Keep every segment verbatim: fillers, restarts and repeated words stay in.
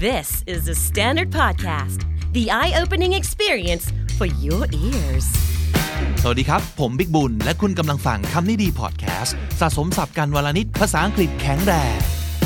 This is the Standard Podcast, the eye-opening experience for your ears. สวัสดีครับผมบิ๊กบุญและคุณกำลังฟังคำนี้ดีพอดแคสต์สะสมศัพท์กันวลนิดภาษาอังกฤษแข็งแรง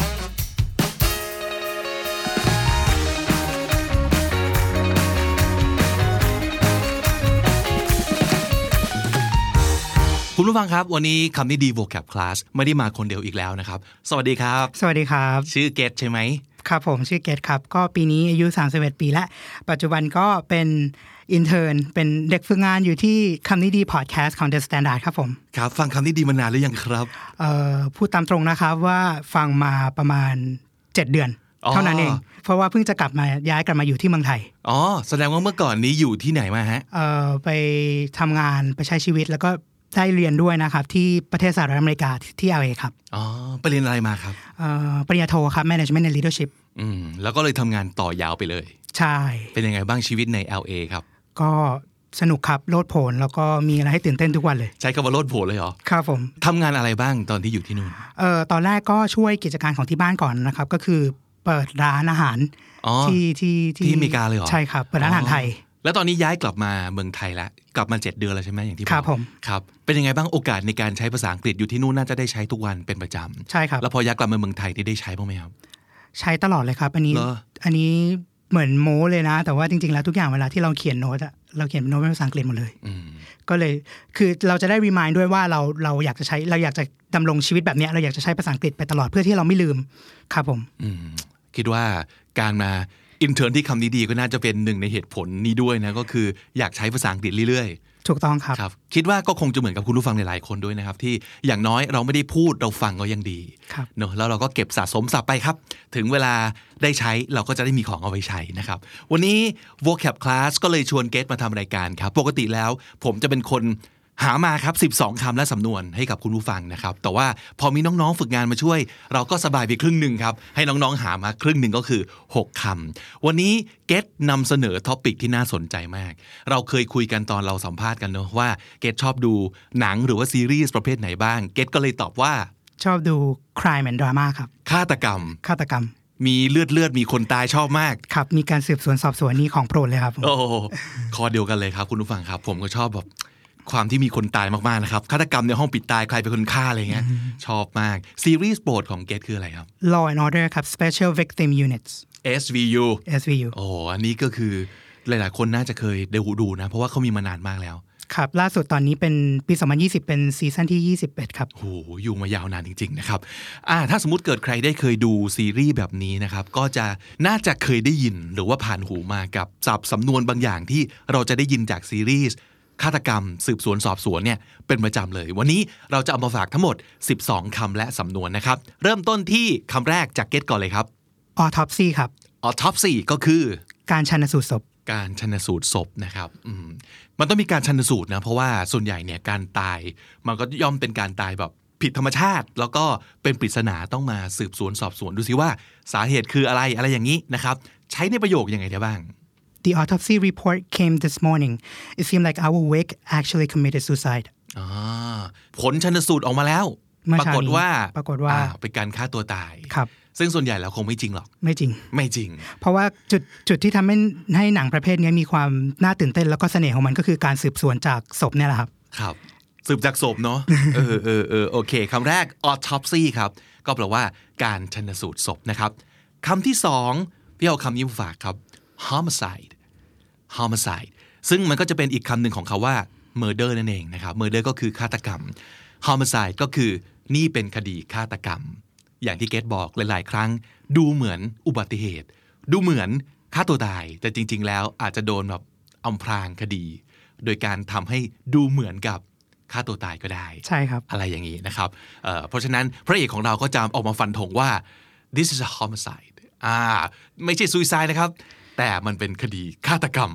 คุณผู้ฟังครับวันนี้คำนี้ดี vocab class ไม่ได้มาคนเดียวอีกแล้วนะครับสวัสดีครับสวัสดีครับชื่อเกตใช่ไหมครับผมชื่อเกตครับก็ปีนี้อายุสามสิบเอ็ดปีและปัจจุบันก็เป็นอินเทิร์นเป็นเด็กฝึกงานอยู่ที่คำนี้ดีพอดแคสต์ของ The Standard ครับผมครับฟังคำนี้ดีมานานหรือยังครับเอ่อพูดตามตรงนะครับว่าฟังมาประมาณเจ็ดเดือนเท่านั้นเองเพราะว่าเพิ่งจะกลับมาย้ายกลับมาอยู่ที่เมืองไทยอ๋อแสดงว่าเมื่อก่อนนี้อยู่ที่ไหนมาฮะเอ่อไปทำงานไปใช้ชีวิตแล้วก็ได้เรียนด้วยนะครับที่ประเทศสหรัฐอเมริกาที่ แอล เอ ครับอ๋อไปเรียนอะไรมาครับเอ่อปริญญาโทครับ Management and Leadership อืมแล้วก็เลยทำงานต่อยาวไปเลยใช่เป็นยังไงบ้างชีวิตใน แอล เอ ครับก็สนุกครับโลดโผนแล้วก็มีอะไรให้ตื่นเต้นทุกวันเลยใช้คำว่าโลดโผนเลยเหรอครับผมทำงานอะไรบ้างตอนที่อยู่ที่นู่นเอ่อตอนแรกก็ช่วยกิจการของที่บ้านก่อนนะครับก็คือเปิดร้านอาหารที่ที่ที่อเมริกาเลยเหรอใช่ครับเปิดร้านอาหารไทยแล้วตอนนี้ย้ายกลับมาเมืองไทยแล้วกลับมาเจ็ดเดือนแล้วใช่ไหมอย่างที่บอกครับผมครับเป็นยังไงบ้างโอกาสในการใช้ภาษาอังกฤษอยู่ที่นู่นน่าจะได้ใช้ทุกวันเป็นประจำใช่ครับแล้วพอย้ายกลับมาเมืองไทยนี่ได้ใช้บ้างไหมครับใช้ตลอดเลยครับอันนี้อันนี้เหมือนโม้เลยนะแต่ว่าจริงๆแล้วทุกอย่างเวลาที่เราเขียนโน้ตอะเราเขียนโน้ตเป็นภาษาอังกฤษหมดเลยก็เลยคือเราจะได้รีมายด์ด้วยว่าเราเราอยากจะใช้เราอยากจะดำรงชีวิตแบบนี้เราอยากจะใช้ภาษาอังกฤษไปตลอดเพื่อที่เราไม่ลืมครับผมคิดว่าการมาอินเทิร์นที่คำนี้ดีก็น่าจะเป็นหนึ่งในเหตุผลนี้ด้วยนะก็คืออยากใช้ภาษาอังกฤษเรื่อยๆถูกต้องครับครับคิดว่าก็คงจะเหมือนกับคุณผู้ฟังหลายๆคนด้วยนะครับที่อย่างน้อยเราไม่ได้พูดเราฟังก็ยังดีเนอะแล้วเราก็เก็บสะสมศัพท์ไปครับถึงเวลาได้ใช้เราก็จะได้มีของเอาไว้ใช้นะครับวันนี้ vocab class ก็เลยชวนเกตมาทำรายการครับปกติแล้วผมจะเป็นคนหามาครับสิบสองคำและสำนวนให้กับคุณผู้ฟังนะครับแต่ว่าพอมีน้องๆฝึกงานมาช่วยเราก็สบายไปครึ่งหนึ่งครับให้น้องๆหามาครึ่งหนึ่งก็คือหกคำวันนี้เกตนำเสนอท็อปิกที่น่าสนใจมากเราเคยคุยกันตอนเราสัมภาษณ์กันเนอะว่าเกตชอบดูหนังหรือว่าซีรีส์ประเภทไหนบ้างเกตก็เลยตอบว่าชอบดู crime and drama ครับฆาตกรรมฆาตกรรมมีเลือดเลือดมีคนตายชอบมากครับมีการสืบสวนสอบสวนนี่ของโปรดเลยครับโอ้คอเดียวกันเลยครับคุณผู้ฟังครับผมก็ชอบแบบความที่มีคนตายมากๆนะครับฆาตกรรมในห้องปิดตายใครเป็นคนฆ่าอะไรเงี้ยชอบมากซีรีส์โปรดของเกตคืออะไรครับ Law and Order ครับ Special Victim Units เอส วี ยูเอส วี ยูโอ้อันนี้ก็คือหลายๆคนน่าจะเคยดูดูนะเพราะว่าเขามีมานานมากแล้วครับล่าสุดตอนนี้เป็นปีสองพันยี่สิบเป็นซีซั่นที่ยี่สิบเอ็ดครับโอ้โหอยู่มายาวนานจริงๆนะครับอ่าถ้าสมมุติเกิดใครได้เคยดูซีรีส์แบบนี้นะครับก็จะน่าจะเคยได้ยินหรือว่าผ่านหูมากับศัพท์สำนวนบางอย่างที่เราจะได้ยินจากซีรีส์ฆาตกรรมสืบสวนสอบสวนเนี่ยเป็นประจำเลยวันนี้เราจะเอามาฝากทั้งหมดสิบสองคำและสำนวนนะครับเริ่มต้นที่คำแรกจากเกตก่อนเลยครับ autopsy ครับ autopsy ก็คือการชันสูตรศพการชันสูตรศพนะครับอืมมันต้องมีการชันสูตรนะเพราะว่าส่วนใหญ่เนี่ยการตายมันก็ย่อมเป็นการตายแบบผิดธรรมชาติแล้วก็เป็นปริศนาต้องมาสืบสวนสอบสวนดูซิว่าสาเหตุคืออะไรอะไรอย่างนี้นะครับใช้ในประโยคยังไงได้บ้าง The autopsy report came this morning. It seemed like our wake actually committed suicide. อ่าผลชันสูตรออกมาแล้วปรากฏว่าปรากฏว่าเป็นการฆ่าตัวตายครับซึ่งส่วนใหญ่แล้วคงไม่จริงหรอกไม่จริงไม่จริงเพราะว่าจุดจุดที่ทำให้ให้หนังประเภทนี้มีความน่าตื่นเต้นแล้วก็เสน่ห์ของมันก็คือการสืบสวนจากศพเนี่ยแหละครับครับสืบจากศพเนาะ เออเออเออโอเคคำแรก autopsy ครับก็แปลว่าการชันสูตรศพนะครับคำที่สองพี่เอาคำนี้มาฝากครับ homicide homicide ซึ่งมันก็จะเป็นอีกคำหนึ่งของเขาว่า murder นั่นเองนะครับ murder ก็คือฆาตกรรม homicide ก็คือนี่เป็นคดีฆาตกรรมอย่างที่เกตบอกหลายๆครั้งดูเหมือนอุบัติเหตุดูเหมือนฆ่าตัวตายแต่จริงๆแล้วอาจจะโดนแบบอำพรางคดีโดยการทำให้ดูเหมือนกับฆ่าตัวตายก็ได้ใช่ครับอะไรอย่างนี้นะครับ เอ่อ เพราะฉะนั้นพระเอกของเราก็จะออกมาฟันธงว่า this is a homicide อ่าไม่ใช่ suicide นะครับแต่มันเป็นคดีฆาตกรรม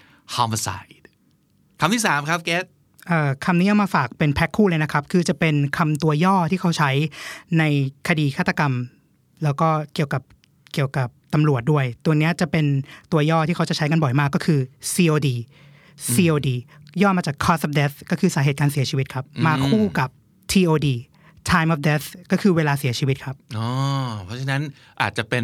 homicide คำที่สามครับเกตคำนี้เอามาฝากเป็นแพ็คคู่เลยนะครับคือจะเป็นคำตัวย่อที่เขาใช้ในคดีฆาตกรรมแล้วก็เกี่ยวกับเกี่ยวกับตำรวจด้วยตัวนี้จะเป็นตัวย่อที่เขาจะใช้กันบ่อยมากก็คือ ซี โอ ดี ซี โอ ดี ย่อมาจาก cause of death ก็คือสาเหตุการเสียชีวิตครับมาคู่กับ ที โอ ดี time of death ก็คือเวลาเสียชีวิตครับอ๋อเพราะฉะนั้นอาจจะเป็นแบบ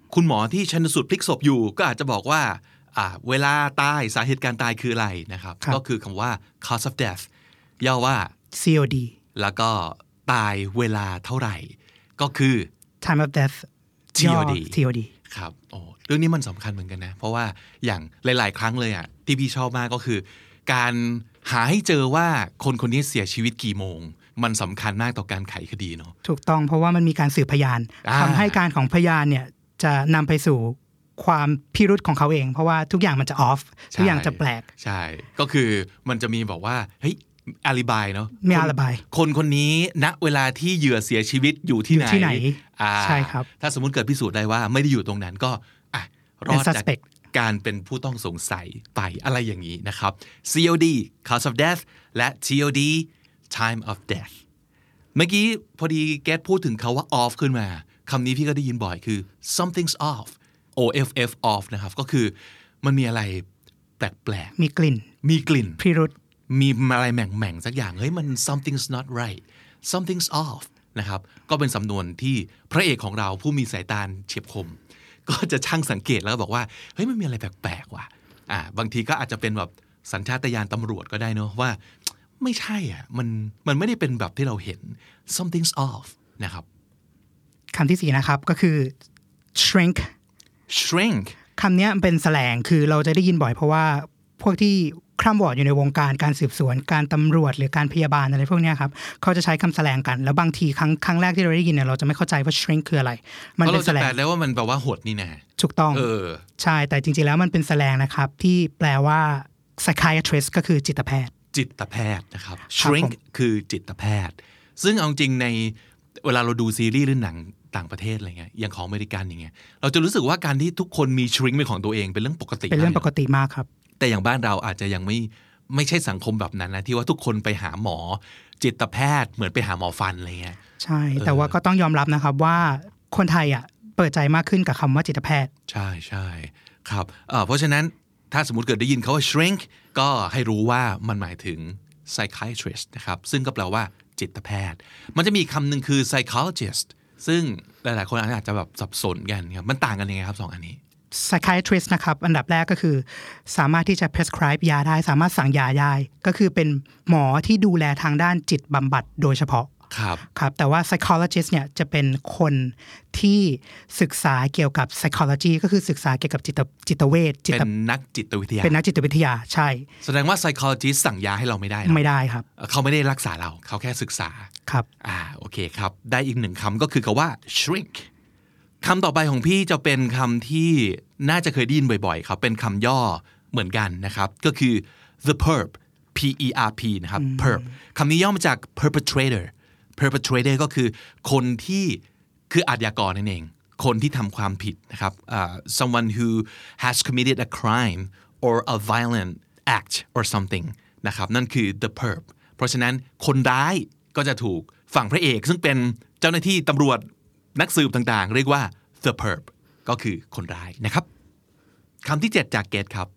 คุณหมอที่ชันสูตรพลิกศพอยู่ก็อาจจะบอกว่าอ่าเวลาตายสาเหตุการตายคืออะไรนะครับก็คือคำว่า cause of death ย่อว่าซี โอ ดีแล้วก็ตายเวลาเท่าไหร่ก็คือ time of death ที โอ ดีที โอ ดีครับโอ้เรื่องนี้มันสำคัญเหมือนกันนะเพราะว่าอย่างหลายๆครั้งเลยอ่ะที่พี่ชอบมากก็คือการหาให้เจอว่าคนคนนี้เสียชีวิตกี่โมงมันสำคัญมากต่อการไขคดีเนาะถูกต้องเพราะว่ามันมีการสืบพยานคำให้การของพยานเนี่ยจะนำไปสู่ความพิรุธของเขาเองเพราะว่าทุกอย่างมันจะออฟทุกอย่างจะแปลกใช่ก็คือมันจะมีบอกว่าเฮ้ยอาลีบายเนาะมีอาลีบายคนคนนี้ณเวลาที่เหยื่อเสียชีวิตอยู่ที่ไหนที่ไหนใช่ครับถ้าสมมุติเกิดพิสูจน์ได้ว่าไม่ได้อยู่ตรงนั้นก็อ่ะรอดจากการเป็นผู้ต้องสงสัยไปอะไรอย่างนี้นะครับ ซี โอ ดี cause of death และ ที โอ ดี time of death เมื่อกี้พอดีแกพูดถึงเขาว่า off ขึ้นมาคำนี้พี่ก็ได้ยินบ่อยคือ something's offโอ เอฟ เอฟ off นะครับก็คือมันมีอะไรแปลกๆมีกลิ่นมีกลิ่นพิรุธมีอะไรแหม่งๆสักอย่างเฮ้ยมัน something's not right something's off นะครับก็เป็นสำนวนที่พระเอกของเราผู้มีสายตาเฉียบคมก็จะช่างสังเกตแล้วก็บอกว่าเฮ้ยมันมีอะไรแปลกๆว่ะอ่าบางทีก็อาจจะเป็นแบบสัญชาตญาณตำรวจก็ได้เนอะว่าไม่ใช่อ่ะมันมันไม่ได้เป็นแบบที่เราเห็น something's off นะครับคำที่สี่นะครับก็คือ shrink shrink คำนี้เป็นแสลงคือเราจะได้ยินบ่อยเพราะว่าพวกที่คร่ำวอร์ดอยู่ในวงการการสืบสวนการตำรวจหรือการพยาบาลอะไรพวกนี้ครับเขาจะใช้คำแสลงกันแล้วบางทีครั้งครั้งแรกที่เราได้ยินเนี่ยเราจะไม่เข้าใจว่า shrink คืออะไรมันเป็นแสลงเราจะแปลแล้วว่ามันแปลว่าหดนี่แน่ถูกต้องเออใช่แต่จริงๆแล้วมันเป็นแสลงนะครับที่แปลว่า psychiatrist ก็คือจิตแพทย์จิตแพทย์นะครับ shrink คือจิตแพทย์ซึ่งเอาจริงในเวลาเราดูซีรีส์หรือหนังต่างประเทศอะไรเงี้ยอย่างของอเมริกันอย่างเงี้ยเราจะรู้สึกว่าการที่ทุกคนมี shrink เป็นของตัวเองเป็นเรื่องปกติเป็นเรื่องปกติมากครับแต่อย่างบ้านเราอาจจะยังไม่ไม่ใช่สังคมแบบนั้นนะที่ว่าทุกคนไปหาหมอจิตแพทย์เหมือนไปหาหมอฟันอะไรเงี้ยใช่แต่ว่าก็ต้องยอมรับนะครับว่าคนไทยอ่ะเปิดใจมากขึ้นกับคำว่าจิตแพทย์ใช่ใช่ครับเอ่อเพราะฉะนั้นถ้าสมมติเกิดได้ยินเขาว่า shrink ก็ให้รู้ว่ามันหมายถึง psychiatrist นะครับซึ่งก็แปลว่าจิตแพทย์มันจะมีคำหนึ่งคือ psychologist ซึ่งหลายๆคนอาจจะแบบสับสนกันครับมันต่างกันยังไงครับสองอันนี้ psychiatrist นะครับอันดับแรกก็คือสามารถที่จะ prescribe ยาได้สามารถสั่งยาได้ก็คือเป็นหมอที่ดูแลทางด้านจิตบำบัดโดยเฉพาะครับครับแต่ว่า psychologist เนี่ยจะเป็นคนที่ศึกษาเกี่ยวกับ psychology ก็คือศึกษาเกี่ยวกับจิตจิตเวชเป็นนักจิตวิทยาเป็นนักจิตวิทยาใช่แสดงว่า psychologist สั่งยาให้เราไม่ได้ไม่ได้ครับเขาไม่ได้รักษาเราเขาแค่ศึกษาครับอ่าโอเคครับได้อีกหนึ่งคำก็คือคำว่า shrink คำต่อไปของพี่จะเป็นคำที่น่าจะเคยได้ยินบ่อยๆครับเป็นคำย่อเหมือนกันนะครับก็คือ the perp p e r p นะครับ perp คำนี้ย่อมาจาก perpetrator perpetrator ก็คือคนที่คืออาชญากรนั่นเองคนที่ทำความผิดนะครับ uh, someone who has committed a crime or a violent act or something นะครับนั่นคือ the perp เพราะฉะนั้นคนร้ายก็จะถูกฝั่งพระเอกซึ่งเป็นเจ้าหน้าที่ตำรวจนักสืบต่างๆเรียกว่า the perp ก็คือคนร้ายนะครับคำที่เจ็ดจากเกตครับ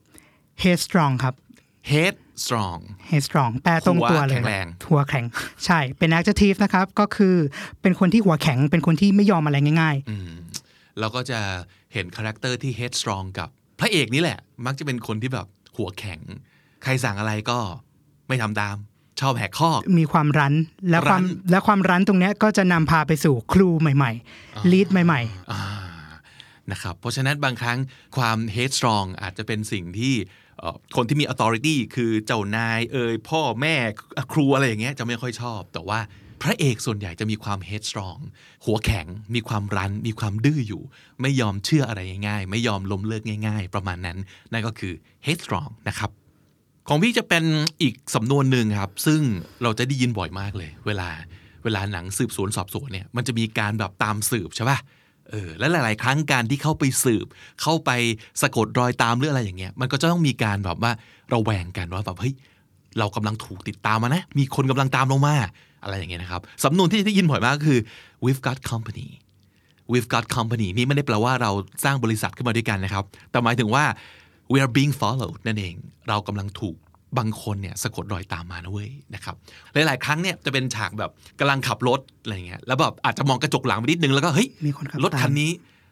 headstrong ครับ headstrong headstrong แปลตรงตัวเลยหัวแข็งใช่เป็น adjective นะครับก็คือเป็นคนที่หัวแข็งเป็นคนที่ไม่ยอมอะไรง่ายๆเราก็จะเห็นคาแรคเตอร์ที่ headstrong กับพระเอกนี่แหละมักจะเป็นคนที่แบบหัวแข็งใครสั่งอะไรก็ไม่ทำตามชอบแหกข้อมีความรั้นและความและความรั้นตรงนี้ก็จะนำพาไปสู่ครูใหม่ๆ lead ใหม่ๆนะครับเพราะฉะนั้นบางครั้งความ headstrong อาจจะเป็นสิ่งที่คนที่มี authority คือเจ้านายเอ่ยพ่อแม่ครูอะไรอย่างเงี้ยจะไม่ค่อยชอบแต่ว่าพระเอกส่วนใหญ่จะมีความ headstrong หัวแข็งมีความรั้นมีความดื้ออยู่ไม่ยอมเชื่ออะไรง่ายๆไม่ยอมล้มเลิกง่ายๆประมาณนั้นนั่นก็คือ headstrong นะครับของพี่จะเป็นอีกสำนวนหนึ่งครับซึ่งเราจะได้ยินบ่อยมากเลยเวลาเวลาหนังสืบสวนสอบสวนเนี่ยมันจะมีการแบบตามสืบใช่ป่ะเออและหลายๆครั้งการที่เข้าไปสืบเข้าไปสะกดรอยตามหรืออะไรอย่างเงี้ยมันก็จะต้องมีการแบบว่าระแวงกันว่าแบบเฮ้ยเรากำลังถูกติดตามมานะมีคนกำลังตามเรามาอะไรอย่างเงี้ยนะครับสำนวนที่ได้ยินบ่อยมากก็คือ we've got company we've got company นี่ไม่ได้แปลว่าเราสร้างบริษัทขึ้นมาด้วยกันนะครับแต่หมายถึงว่าwe are being followed นั่นเองเรากำลังถูกบางคนเนี่ยสะกดรอยตามมานะเว้ยนะครับหลายๆครั้งเนี่ยจะเป็นฉากแบบกำลังขับรถอะไรเงี้ยแล้วแบบอาจจะมองกระจกหลังไปนิดนึงแล้วก็เฮ้ยรถคันนี้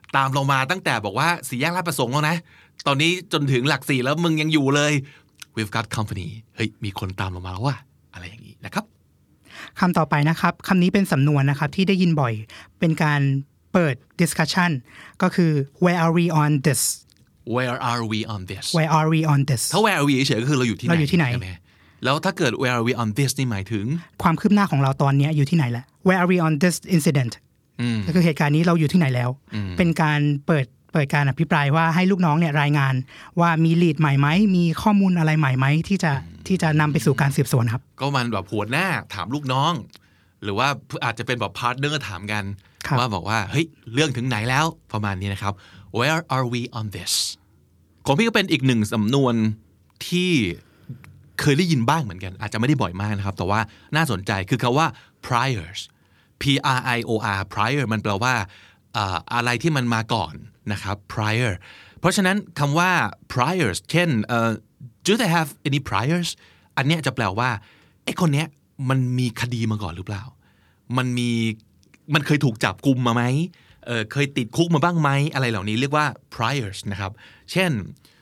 ตามเรามาตั้งแต่บอกว่าสี่แยกลาดประสงค์แล้วนะตอนนี้จนถึงหลักสี่แล้วมึงยังอยู่เลย we've got company เฮ้ยมีคนตามเรามาแล้วว่ะอะไรอย่างนี้นะครับคำต่อไปนะครับคำนี้เป็นสำนวนนะครับที่ได้ยินบ่อยเป็นการเปิด discussion ก็คือ where are we on this where are we on this where are we on this ถ้า where are we เฉยๆก็คือเราอยู่ที่ไหนเราอยู่ที่ไหนแล้วถ้าเกิด where are we on this นี่หมายถึงความคืบหน้าของเราตอนนี้อยู่ที่ไหนแล้ว where are we on this incident ก็คือเหตุการณ์นี้เราอยู่ที่ไหนแล้วเป็นการเปิดเปิดการอภิปรายว่าให้ลูกน้องเนี่ยรายงานว่ามีลีดใหม่ไหมมีข้อมูลอะไรใหม่ไหมที่จะที่จะนำไปสู่การสืบสวนครับก็มันแบบหัวหน้าถามลูกน้องหรือว่าอาจจะเป็นแบบพาร์ทเนอร์ถามกันว่าบอกว่าเฮ้ยเรื่องถึงไหนแล้วประมาณนี้นะครับ where are we on this ของพี่ก็เป็นอีกหนึ่งสำนวนที่เคยได้ยินบ้างเหมือนกันอาจจะไม่ได้บ่อยมากนะครับแต่ว่าน่าสนใจคือคำว่า priors P R I O R prior มันแปลว่าอะไรที่มันมาก่อนนะครับ prior เพราะฉะนั้นคำว่า priors เช่น uh, do they have any priors อันเนี้ยจะแปลว่าไอ้คนเนี้ยมันมีคดีมาก่อนหรือเปล่ามันมีมันเคยถูกจับกุมมาไหมเอ่อเคยติดคุกมาบ้างไหมอะไรเหล่านี้เรียกว่า priors นะครับเช่น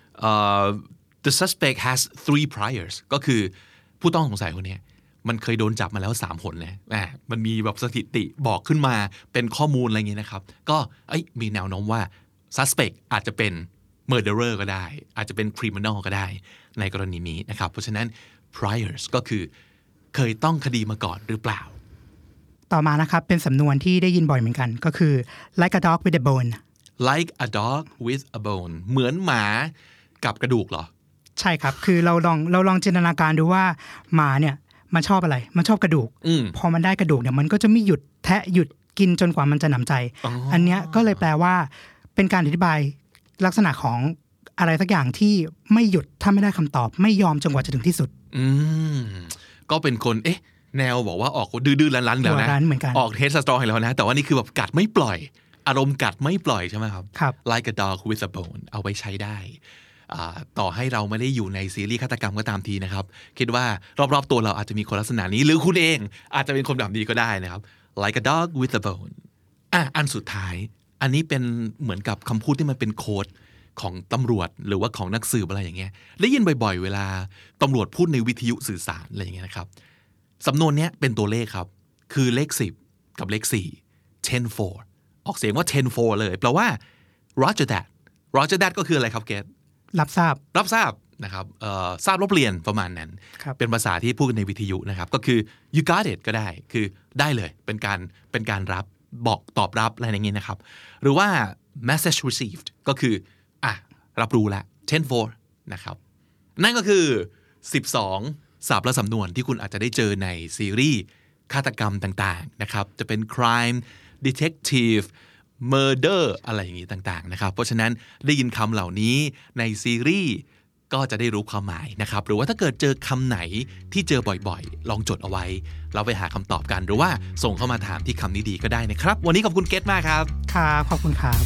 uh, the suspect has three priors ก็คือผู้ต้องสงสัยคนนี้มันเคยโดนจับมาแล้วสามหนนะอ่ามันมีแบบสถิติบอกขึ้นมาเป็นข้อมูลอะไรอย่างเงี้ยนะครับก็เอ้ยมีแนวโน้มว่า suspect อาจจะเป็น murderer ก็ได้อาจจะเป็น criminal ก็ได้ในกรณีนี้นะครับเพราะฉะนั้น priors ก็คือเคยต้องคดีมาก่อนหรือเปล่าต่อมานะครับเป็นสำนวนที่ได้ยินบ่อยเหมือนกันก็คือ like a dog with a bone like a dog with a bone เหมือนหมากับกระดูกเหรอใช่ครับคือเราลองเราลองจินตนาการดูว่าหมาเนี่ยมันชอบอะไรมันชอบกระดูกพอมันได้กระดูกเนี่ยมันก็จะไม่หยุดแทะหยุดกินจนกว่ามันจะหนำใจ อ, อันเนี้ยก็เลยแปลว่าเป็นการอธิบายลักษณะของอะไรสักอย่างที่ไม่หยุดถ้าไม่ได้คำตอบไม่ยอมจนกว่าจะถึงที่สุดอืมก็เป็นคนเอ๊ะแนวบอกว่าออกดื้อๆรั้นๆแล้วนะออกเทสสตรองให้แล้วนะแต่ว่านี่คือแบบกัดไม่ปล่อยอารมณ์กัดไม่ปล่อยใช่ไหมครับครับ like a dog with a bone เอาไว้ใช้ได้ต่อให้เราไม่ได้อยู่ในซีรีส์ฆาตกรรมก็ตามทีนะครับคิดว่ารอบๆตัวเราอาจจะมีคนลักษณะนี้หรือคุณเองอาจจะเป็นคนแบบนี้ก็ได้นะครับ like a dog with a bone อ่ะอันสุดท้ายอันนี้เป็นเหมือนกับคำพูดที่มันเป็นโค้ดของตำรวจหรือว่าของนักสืบอะไรอย่างเงี้ยได้ยินบ่อยๆเวลาตำรวจพูดในวิทยุสื่อสารอะไรอย่างเงี้ยนะครับสำนวนเนี้ยเป็นตัวเลขครับคือเลขสิบกับเลขสี่ ten four ออกเสียงว่า ten four เลยแปลว่า roger that roger that ก็คืออะไรครับเกรทรับทราบรับทราบนะครับทราบลบเรียนประมาณนั้นเป็นภาษาที่พูดในวิทยุนะครับก็คือ you got it ก็ได้คือได้เลยเป็นการเป็นการรับบอกตอบรับอะไรอย่างงี้นะครับหรือว่า message received ก็คืออ่ะรับรู้แล้ว ten four นะครับนั่นก็คือสิบสองศัพท์และสำนวนที่คุณอาจจะได้เจอในซีรีส์ฆาตกรรมต่างๆนะครับจะเป็น crime detective murder อะไรอย่างนี้ต่างๆนะครับเพราะฉะนั้นได้ยินคำเหล่านี้ในซีรีส์ก็จะได้รู้ความหมายนะครับหรือว่าถ้าเกิดเจอคำไหนที่เจอบ่อยๆลองจดเอาไว้เราไปหาคำตอบกันหรือว่าส่งเข้ามาถามที่คำนี้ดีก็ได้นะครับวันนี้ขอบคุณเกตมากครับครับขอบคุณครับ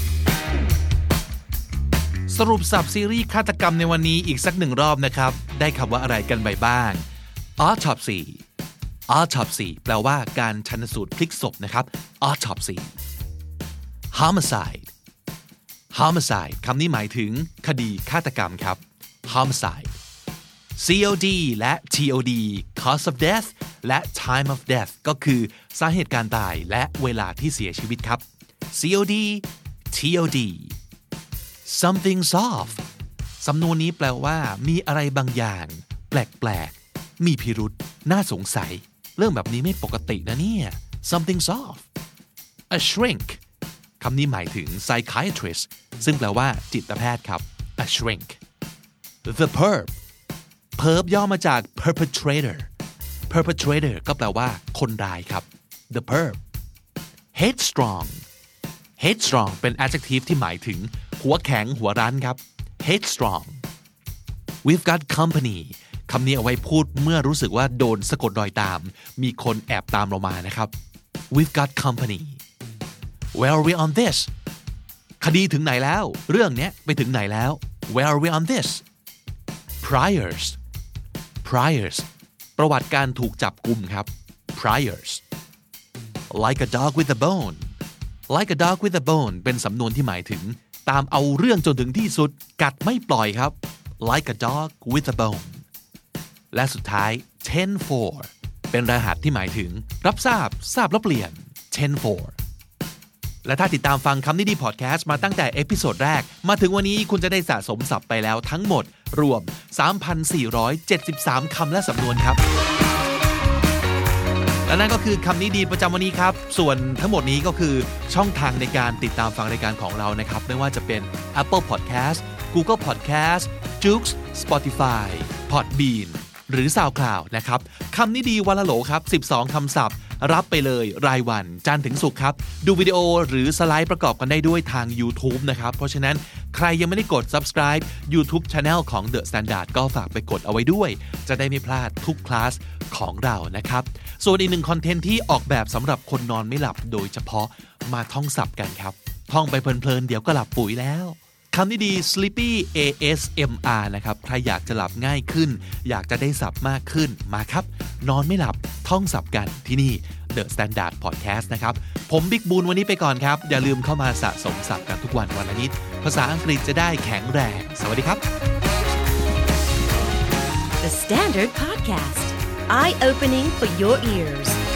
สรุปสับซีรีส์ฆาตกรรมในวันนี้อีกสักหนึ่งรอบนะครับได้คำว่าอะไรกันไปบ้าง autopsy autopsy แปลว่าการชันสูตรพลิกศพนะครับ autopsy homicide homicide คำนี้หมายถึงคดีฆาตกรรมครับ homicide ซี โอ ดี และ ที โอ ดี cause of death และ time of death ก็คือสาเหตุการตายและเวลาที่เสียชีวิตครับ ซี โอ ดี ที โอ ดี something's off สำนวนนี้แปลว่ามีอะไรบางอย่างแปลกๆมีพิรุธน่าสงสัยเรื่องแบบนี้ไม่ปกตินะเนี่ย something's off a shrink คำนี้หมายถึง psychiatrist ซึ่งแปลว่าจิตแพทย์ครับ a shrink the perp perp ย่อมาจาก perpetrator perpetrator ก็แปลว่าคนร้ายครับ the perp headstrong headstrong เป็น adjective ที่หมายถึงหัวแข็งหัวรั้นครับ headstrong we've got company คำนี้เอาไว้พูดเมื่อรู้สึกว่าโดนสะกดรอยตามมีคนแอบตามเรามานะครับ we've got company where are we on this คดีถึงไหนแล้วเรื่องนี้ไปถึงไหนแล้ว where are we on this priors priors ประวัติการถูกจับกุมครับ priors like a dog with a bone like a dog with a bone เป็นสำนวนที่หมายถึงตามเอาเรื่องจนถึงที่สุดกัดไม่ปล่อยครับ like a dog with a bone และสุดท้าย ten four เป็นรหัสที่หมายถึงรับทราบทราบแล้วเปลี่ยน ten four และถ้าติดตามฟังคำนี้ดีพอดแคสต์มาตั้งแต่เอพิโซดแรกมาถึงวันนี้คุณจะได้สะสมศัพท์ไปแล้วทั้งหมดรวม สามพันสี่ร้อยเจ็ดสิบสาม คำและสำนวนครับและนั่นก็คือคำนี้ดีประจำวันนี้ครับส่วนทั้งหมดนี้ก็คือช่องทางในการติดตามฟังรายการของเรานะครับไม่ว่าจะเป็น Apple Podcast Google Podcast Joox Spotify Podbean หรือ SoundCloud นะครับคำนี้ดีวันละโหลครับสิบสองคำศัพท์รับไปเลยรายวันจันทร์ถึงศุกร์ครับดูวิดีโอหรือสไลด์ประกอบกันได้ด้วยทาง YouTube นะครับเพราะฉะนั้นใครยังไม่ได้กด Subscribe YouTube Channel ของ The Standard ก็ฝากไปกดเอาไว้ด้วยจะได้ไม่พลาดทุกคลาสของเรานะครับส่วนอีกหนึ่งคอนเทนต์ที่ออกแบบสำหรับคนนอนไม่หลับโดยเฉพาะมาท่องศัพท์กันครับท่องไปเพลินๆเดี๋ยวก็หลับปุ๋ยแล้วคำนี้ดี Sleepy เอ เอส เอ็ม อาร์ นะครับใครอยากจะหลับง่ายขึ้นอยากจะได้ศัพท์มากขึ้นมาครับนอนไม่หลับท่องศัพท์กันที่นี่ The Standard Podcast นะครับผมบิ๊กบูนวันนี้ไปก่อนครับอย่าลืมเข้ามาสะสมศัพท์กันทุกวันวันละนิดภาษาอังกฤษจะได้แข็งแรงสวัสดีครับ The Standard Podcast Eye Opening for Your Ears